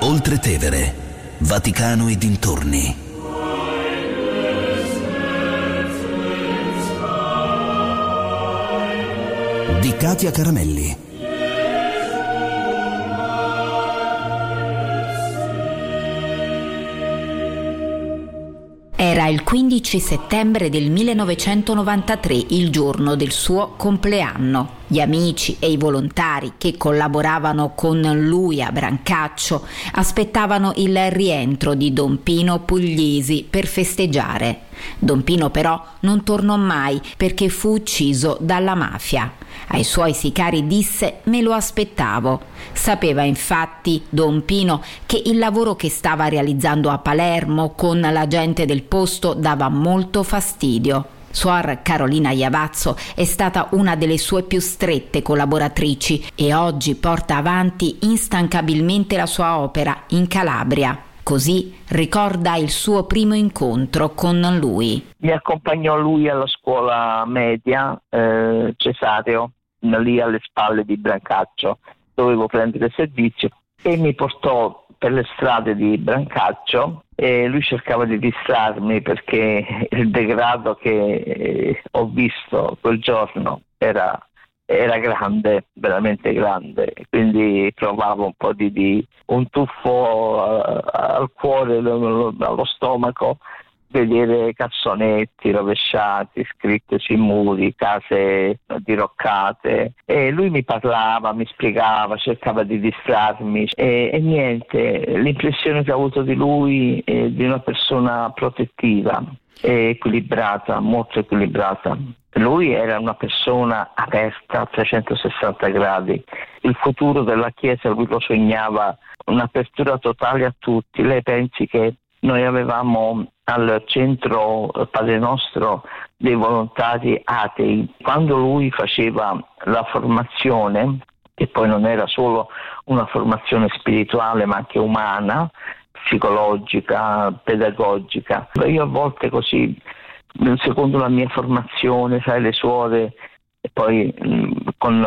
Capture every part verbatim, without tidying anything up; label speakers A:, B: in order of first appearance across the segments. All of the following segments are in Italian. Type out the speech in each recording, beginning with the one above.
A: Oltre Tevere, Vaticano e dintorni. Di Katia Caramelli.
B: Era il quindici settembre del millenovecentonovantatré, il giorno del suo compleanno. Gli amici e i volontari che collaboravano con lui a Brancaccio aspettavano il rientro di Don Pino Puglisi per festeggiare. Don Pino però non tornò mai perché fu ucciso dalla mafia. Ai suoi sicari disse: me lo aspettavo. Sapeva infatti Don Pino che il lavoro che stava realizzando a Palermo con la gente del posto dava molto fastidio. Suor Carolina Iavazzo è stata una delle sue più strette collaboratrici e oggi porta avanti instancabilmente la sua opera in Calabria. Così ricorda il suo primo incontro con lui.
C: Mi accompagnò lui alla scuola media eh, Cesareo, lì alle spalle di Brancaccio. Dovevo prendere servizio e mi portò per le strade di Brancaccio e lui cercava di distrarmi perché il degrado che eh, ho visto quel giorno era, era grande, veramente grande, quindi provavo un po' di, di un tuffo uh, al cuore, allo stomaco, vedere cassonetti rovesciati, scritte sui muri, case diroccate, e lui mi parlava, mi spiegava, cercava di distrarmi e, e niente, l'impressione che ho avuto di lui è di una persona protettiva e equilibrata, molto equilibrata. Lui era una persona aperta a trecentosessanta gradi, il futuro della Chiesa lui lo sognava, un'apertura totale a tutti. Lei pensi che noi avevamo al centro Padre Nostro dei volontari atei. Quando lui faceva la formazione, che poi non era solo una formazione spirituale ma anche umana, psicologica, pedagogica, io a volte così, secondo la mia formazione, sai, le suore, e poi mh, con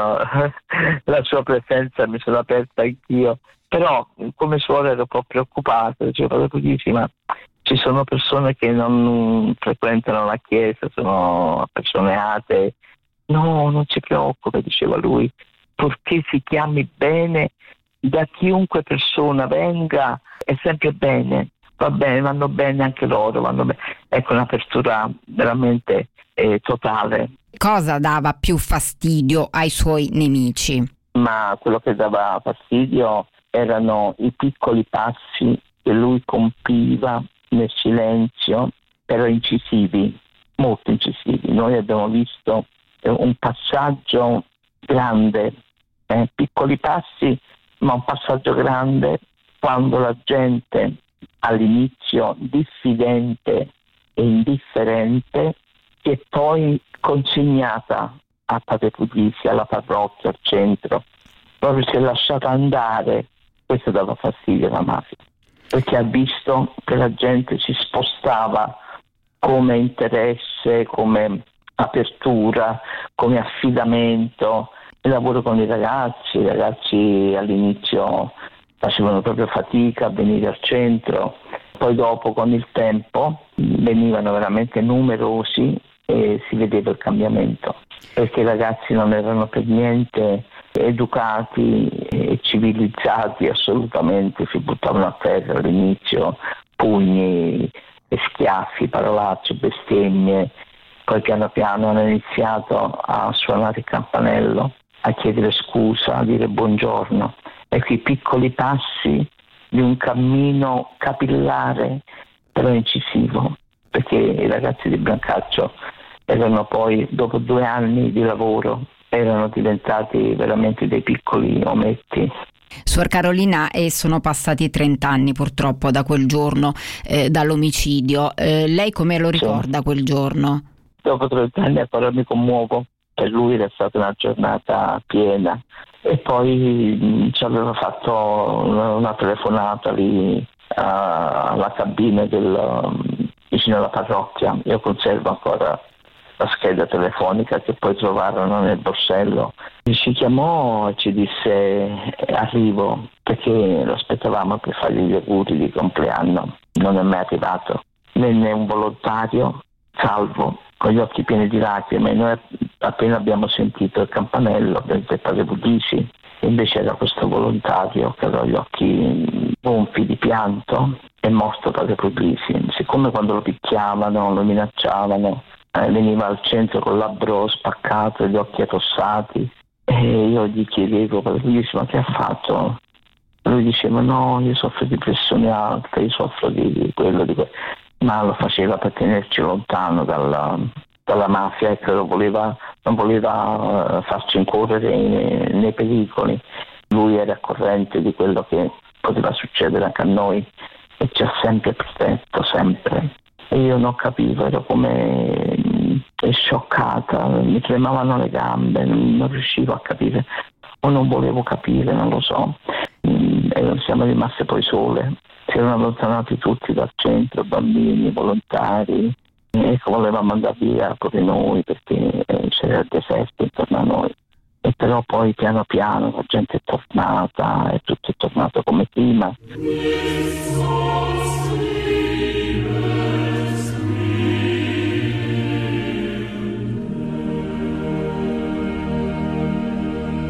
C: la sua presenza mi sono aperta anch'io, però come suora ero un po' preoccupata, dicevo: Padre Puglisi, ma ci sono persone che non frequentano la chiesa, sono persone atee. No, non si preoccupa, diceva lui, purché si chiami bene, da chiunque persona venga è sempre bene, va bene, vanno bene anche loro, vanno bene. Ecco, un'apertura veramente eh, totale.
B: Cosa dava più fastidio ai suoi nemici?
C: Ma quello che dava fastidio erano i piccoli passi che lui compiva nel silenzio, però incisivi, molto incisivi. Noi abbiamo visto un passaggio grande, eh, piccoli passi, ma un passaggio grande quando la gente all'inizio diffidente e indifferente, che poi consegnata a Padre Puglisi, alla parrocchia, al centro, proprio si è lasciata andare. Questo dava fastidio alla mafia, perché ha visto che la gente si spostava come interesse, come apertura, come affidamento. Il lavoro con i ragazzi, i ragazzi all'inizio facevano proprio fatica a venire al centro, poi dopo con il tempo venivano veramente numerosi e si vedeva il cambiamento, perché i ragazzi non erano per niente educati e civilizzati, assolutamente, si buttavano a terra all'inizio, pugni e schiaffi, parolacce, bestemmie. Poi piano piano hanno iniziato a suonare il campanello, a chiedere scusa, a dire buongiorno. Ecco i piccoli passi di un cammino capillare però incisivo, perché i ragazzi di Brancaccio erano poi, dopo due anni di lavoro, erano diventati veramente dei piccoli ometti.
B: Suor Carolina, e sono passati trent'anni purtroppo da quel giorno, eh, dall'omicidio. Eh, lei come lo ricorda sì. quel giorno?
C: Dopo trent'anni ancora mi commuovo, per lui era stata una giornata piena. E poi mh, ci aveva fatto una, una telefonata lì uh, alla cabina del, um, vicino alla parrocchia. Io conservo ancora la scheda telefonica che poi trovarono nel borsello. Ci chiamò e ci disse: arrivo, perché lo aspettavamo per fargli gli auguri di compleanno, non è mai arrivato. Venne un volontario, Salvo, con gli occhi pieni di lacrime, e noi appena abbiamo sentito il campanello abbiamo detto padre Puglisi, e invece era questo volontario che aveva gli occhi gonfi di pianto. È morto padre Puglisi. Siccome quando lo picchiavano, lo minacciavano, eh, veniva al centro con il labbro spaccato e gli occhi arrossati, e io gli chiedevo, padre Puglisi, ma che ha fatto? Lui diceva no, io soffro di pressione alta, io soffro di, di quello, di quello. Ma lo faceva per tenerci lontano dalla, dalla mafia, e che lo voleva, non voleva uh, farci incorrere nei, nei pericoli. Lui era a corrente di quello che poteva succedere anche a noi e ci ha sempre protetto, sempre. E io non capivo, ero come mh, scioccata, mi tremavano le gambe, non, non riuscivo a capire, o non volevo capire, non lo so. Mh, e siamo rimaste poi sole. Si erano allontanati tutti dal centro, bambini, volontari, e volevamo andare via pure noi perché c'era il deserto intorno a noi. E però poi piano piano la gente è tornata e tutto è tornato come prima.